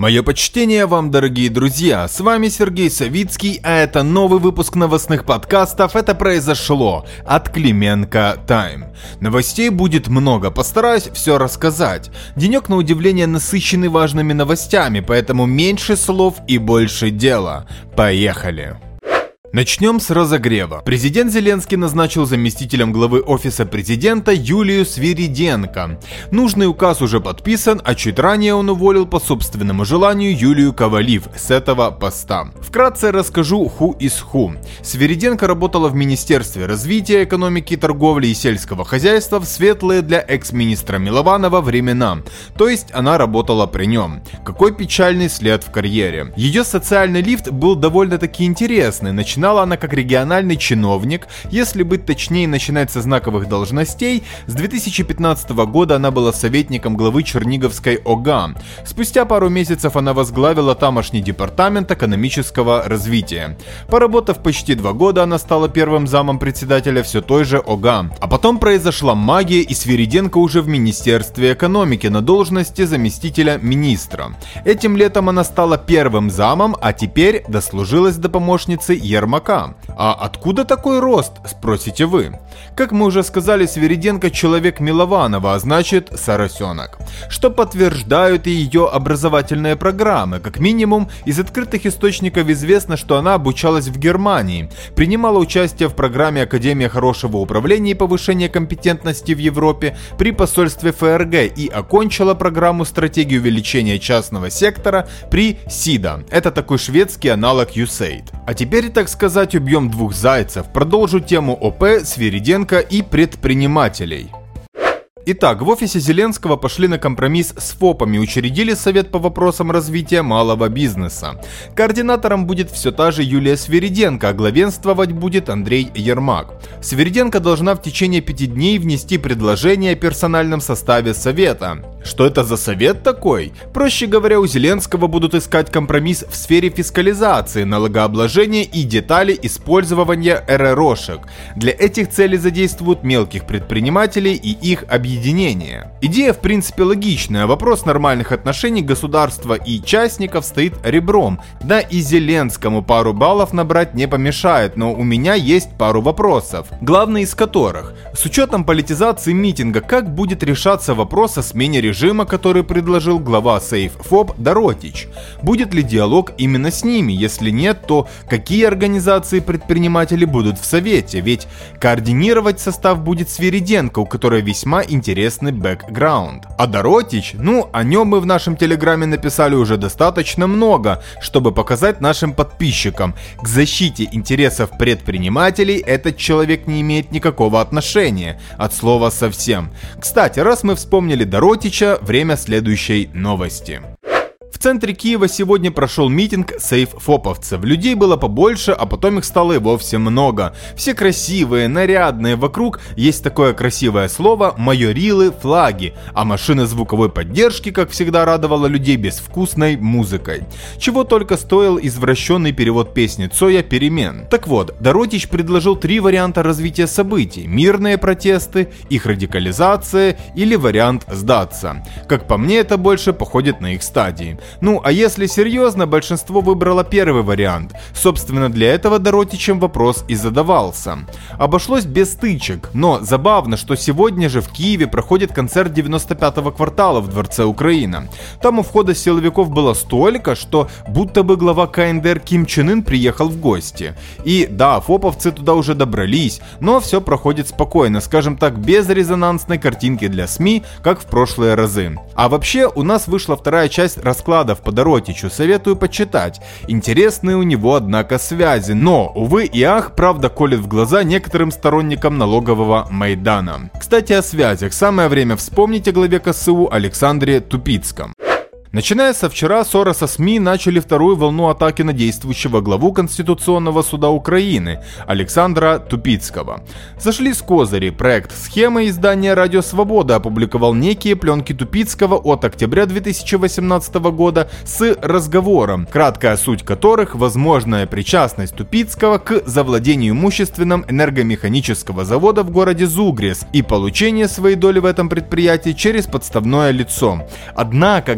Мое почтение вам, дорогие друзья, с вами Сергей Савицкий, а это новый выпуск новостных подкастов «Это произошло» от Клименко Тайм. Новостей будет много, постараюсь все рассказать. Денек на удивление насыщенный важными новостями, поэтому меньше слов и больше дела. Поехали! Начнем с разогрева. Президент Зеленский назначил заместителем главы Офиса президента Юлию Свириденко. Нужный указ уже подписан, а чуть ранее он уволил по собственному желанию Юлию Ковалив с этого поста. Вкратце расскажу who is who. Свириденко работала в Министерстве развития, экономики, торговли и сельского хозяйства в светлые для экс-министра Милованова времена. То есть она работала при нем. Какой печальный след в карьере. Ее социальный лифт был довольно-таки интересный. Начинала она как региональный чиновник, если быть точнее, начинать со знаковых должностей. С 2015 года она была советником главы Черниговской ОГА. Спустя пару месяцев она возглавила тамошний департамент экономического развития. Поработав почти 2 года, она стала первым замом председателя все той же ОГА. А потом произошла магия, и Свириденко уже в Министерстве экономики на должности заместителя министра. Этим летом она стала первым замом, а теперь дослужилась до помощницы Ермака. А откуда такой рост, спросите вы? Как мы уже сказали, Свириденко человек Милованова, а значит соросенок. Что подтверждают и ее образовательные программы. Как минимум, из открытых источников известно, что она обучалась в Германии, принимала участие в программе Академия хорошего управления и повышения компетентности в Европе при посольстве ФРГ и окончила программу стратегии увеличения частного сектора при СИДА. Это такой шведский аналог USAID. А теперь, так сказать, убьем двух зайцев. Продолжу тему ОП, Свириденко и предпринимателей. Итак, в офисе Зеленского пошли на компромисс с ФОПами, учредили Совет по вопросам развития малого бизнеса. Координатором будет все та же Юлия Свириденко, а главенствовать будет Андрей Ермак. Свириденко должна в течение 5 дней внести предложение о персональном составе Совета. Что это за совет такой? Проще говоря, у Зеленского будут искать компромисс в сфере фискализации, налогообложения и деталей использования РРОшек. Для этих целей задействуют мелких предпринимателей и их объединения. Идея в принципе логичная, вопрос нормальных отношений государства и частников стоит ребром. Да и Зеленскому пару баллов набрать не помешает, но у меня есть пару вопросов. Главный из которых: с учетом политизации митинга, как будет решаться вопрос о смене режима, который предложил глава Сейф-ФОП Доротич? Будет ли диалог именно с ними? Если нет, то какие организации предпринимателей будут в Совете? Ведь координировать состав будет Свириденко, у которой весьма интересный бэкграунд. А Доротич, о нем мы в нашем телеграме написали уже достаточно много, чтобы показать нашим подписчикам. К защите интересов предпринимателей этот человек не имеет никакого отношения, от слова совсем. Кстати, раз мы вспомнили Доротича, время следующей новости. В центре Киева сегодня прошел митинг сейф-фоповцев. Людей было побольше, а потом их стало и вовсе много. Все красивые, нарядные, вокруг есть такое красивое слово майорилы, флаги, а машина звуковой поддержки, как всегда, радовала людей безвкусной музыкой. Чего только стоил извращенный перевод песни Цоя «Перемен». Так вот, Доротич предложил 3 варианта развития событий: мирные протесты, их радикализация или вариант сдаться. Как по мне, это больше походит на их стадии. А если серьезно, большинство выбрало первый вариант. Собственно, для этого Доротичем вопрос и задавался. Обошлось без стычек, но забавно, что сегодня же в Киеве проходит концерт 95-го квартала в Дворце Украина. Там у входа силовиков было столько, что будто бы глава КНДР Ким Чен Ын приехал в гости. И да, фоповцы туда уже добрались, но все проходит спокойно, скажем так, без резонансной картинки для СМИ, как в прошлые разы. А вообще, у нас вышла вторая часть расклада по Доротичу, советую почитать. Интересные у него, однако, связи, но, увы и ах, правда колет в глаза некоторым сторонникам налогового Майдана. Кстати, о связях. Самое время вспомнить о главе КСУ Александре Тупицком. Начиная со вчера, ссора со СМИ начали вторую волну атаки на действующего главу Конституционного суда Украины Александра Тупицкого. Зашли с козырей. Проект «Схема» издания «Радио Свобода» опубликовал некие пленки Тупицкого от октября 2018 года с разговором, краткая суть которых – возможная причастность Тупицкого к завладению имущественным энергомеханического завода в городе Зугрес и получение своей доли в этом предприятии через подставное лицо. Однако, главное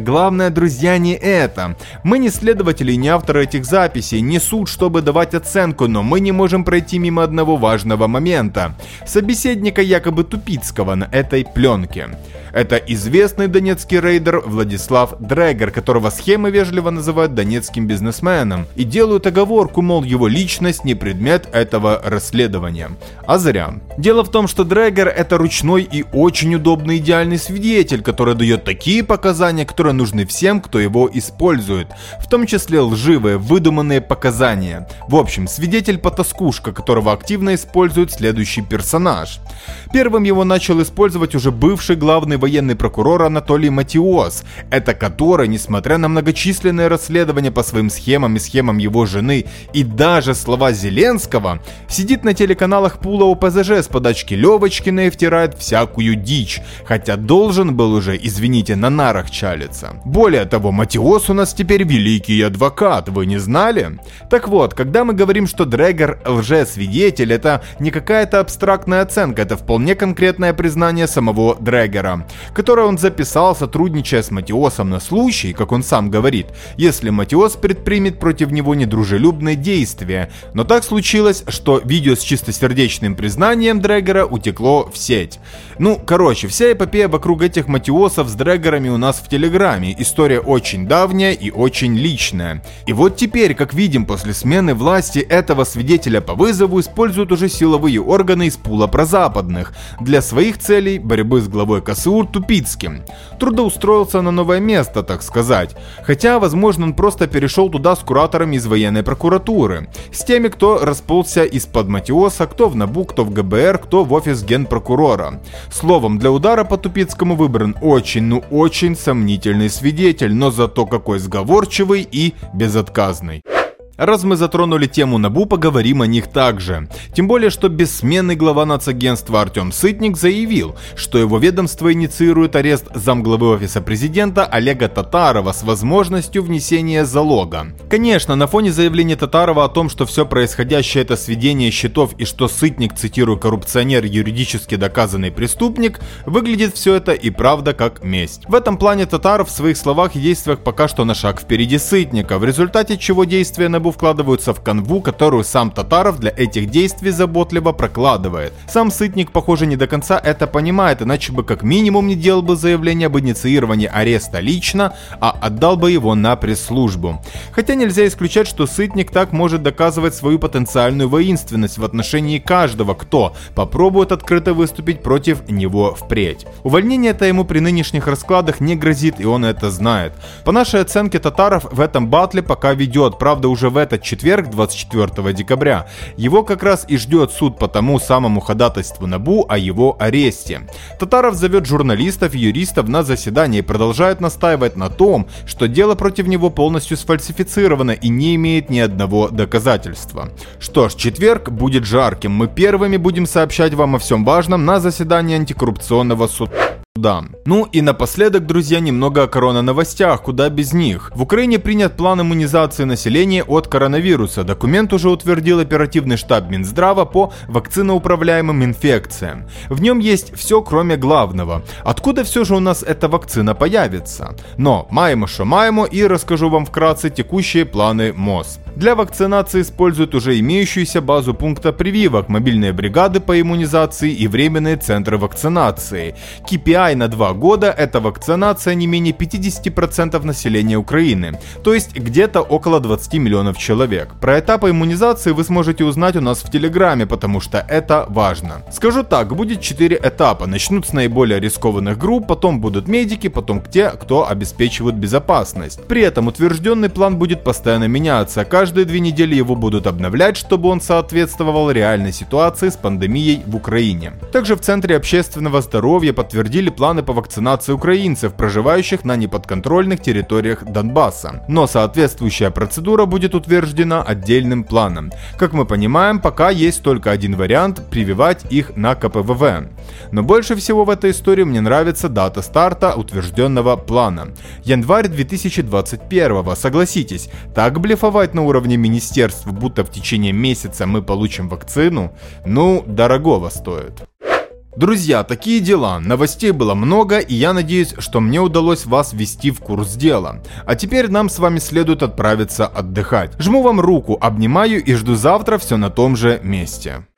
главное, друзья, не это. Мы не следователи и не авторы этих записей, не суд, чтобы давать оценку, но мы не можем пройти мимо одного важного момента. Собеседника якобы Тупицкого на этой пленке. Это известный донецкий рейдер Владислав Дрегер, которого схемы вежливо называют донецким бизнесменом, и делают оговорку, мол, его личность не предмет этого расследования. А зря. Дело в том, что Дрегер — это ручной и очень удобный идеальный свидетель, который дает такие показания, которые нужны всем, кто его использует, в том числе лживые, выдуманные показания. В общем, свидетель-потаскушка, которого активно использует следующий персонаж. Первым его начал использовать уже бывший главный военный прокурор Анатолий Матиос, это который, несмотря на многочисленные расследования по своим схемам и схемам его жены и даже слова Зеленского, сидит на телеканалах пула ОПЗЖ с подачки Левочкина и втирает всякую дичь, хотя должен был уже, извините, на нарах чалиться. Более того, Матиос у нас теперь великий адвокат, вы не знали? Так вот, когда мы говорим, что Дрегер лжесвидетель, это не какая-то абстрактная оценка, это вполне конкретное признание самого Дрегера, которое он записал, сотрудничая с Матиосом на случай, как он сам говорит, если Матиос предпримет против него недружелюбные действия. Но так случилось, что видео с чистосердечным признанием Дрегера утекло в сеть. Вся эпопея вокруг этих Матиосов с Дрегерами у нас в Телеграме. История очень давняя и очень личная. И вот теперь, как видим, после смены власти этого свидетеля по вызову используют уже силовые органы из пула прозападных для своих целей борьбы с главой КСУ Тупицким. Трудоустроился на новое место, так сказать. Хотя, возможно, он просто перешел туда с кураторами из военной прокуратуры. С теми, кто расползся из-под Матиоса, кто в НАБУ, кто в ГБР, кто в офис генпрокурора. Словом, для удара по Тупицкому выбран очень сомнительный свидетель, но зато какой сговорчивый и безотказный. Раз мы затронули тему НАБУ, поговорим о них также. Тем более, что бессменный глава нацагентства Артем Сытник заявил, что его ведомство инициирует арест замглавы офиса президента Олега Татарова с возможностью внесения залога. Конечно, на фоне заявления Татарова о том, что все происходящее это сведение счетов и что Сытник, цитирую, коррупционер, юридически доказанный преступник, выглядит все это и правда как месть. В этом плане Татаров в своих словах и действиях пока что на шаг впереди Сытника, в результате чего действия НАБУ вкладываются в канву, которую сам Татаров для этих действий заботливо прокладывает. Сам Сытник, похоже, не до конца это понимает, иначе бы как минимум не делал бы заявление об инициировании ареста лично, а отдал бы его на пресс-службу. Хотя нельзя исключать, что Сытник так может доказывать свою потенциальную воинственность в отношении каждого, кто попробует открыто выступить против него впредь. Увольнение-то ему при нынешних раскладах не грозит, и он это знает. По нашей оценке, Татаров в этом батле пока ведет, правда уже в этот четверг, 24 декабря, его как раз и ждет суд по тому самому ходатайству НАБУ о его аресте. Татаров зовет журналистов и юристов на заседание и продолжает настаивать на том, что дело против него полностью сфальсифицировано и не имеет ни одного доказательства. Что ж, четверг будет жарким, мы первыми будем сообщать вам о всем важном на заседании антикоррупционного суда. И напоследок, друзья, немного о коронавостях, куда без них. В Украине принят план иммунизации населения от коронавируса. Документ уже утвердил оперативный штаб Минздрава по вакциноуправляемым инфекциям. В нем есть все, кроме главного. Откуда все же у нас эта вакцина появится? Но маємо, що маємо, и расскажу вам вкратце текущие планы МОЗ. Для вакцинации используют уже имеющуюся базу пункта прививок, мобильные бригады по иммунизации и временные центры вакцинации. KPI на 2 года – это вакцинация не менее 50% населения Украины, то есть где-то около 20 миллионов человек. Про этапы иммунизации вы сможете узнать у нас в Телеграме, потому что это важно. Скажу так, будет 4 этапа. Начнут с наиболее рискованных групп, потом будут медики, потом те, кто обеспечивают безопасность. При этом утвержденный план будет постоянно меняться. Каждые 2 недели его будут обновлять, чтобы он соответствовал реальной ситуации с пандемией в Украине. Также в Центре общественного здоровья подтвердили планы по вакцинации украинцев, проживающих на неподконтрольных территориях Донбасса. Но соответствующая процедура будет утверждена отдельным планом. Как мы понимаем, пока есть только один вариант – прививать их на КПВВ. Но больше всего в этой истории мне нравится дата старта утвержденного плана. Январь 2021. Согласитесь, так блефовать на уровне министерств, будто в течение месяца мы получим вакцину, дорогого стоит. Друзья, такие дела. Новостей было много, и я надеюсь, что мне удалось вас ввести в курс дела. А теперь нам с вами следует отправиться отдыхать. Жму вам руку, обнимаю и жду завтра все на том же месте.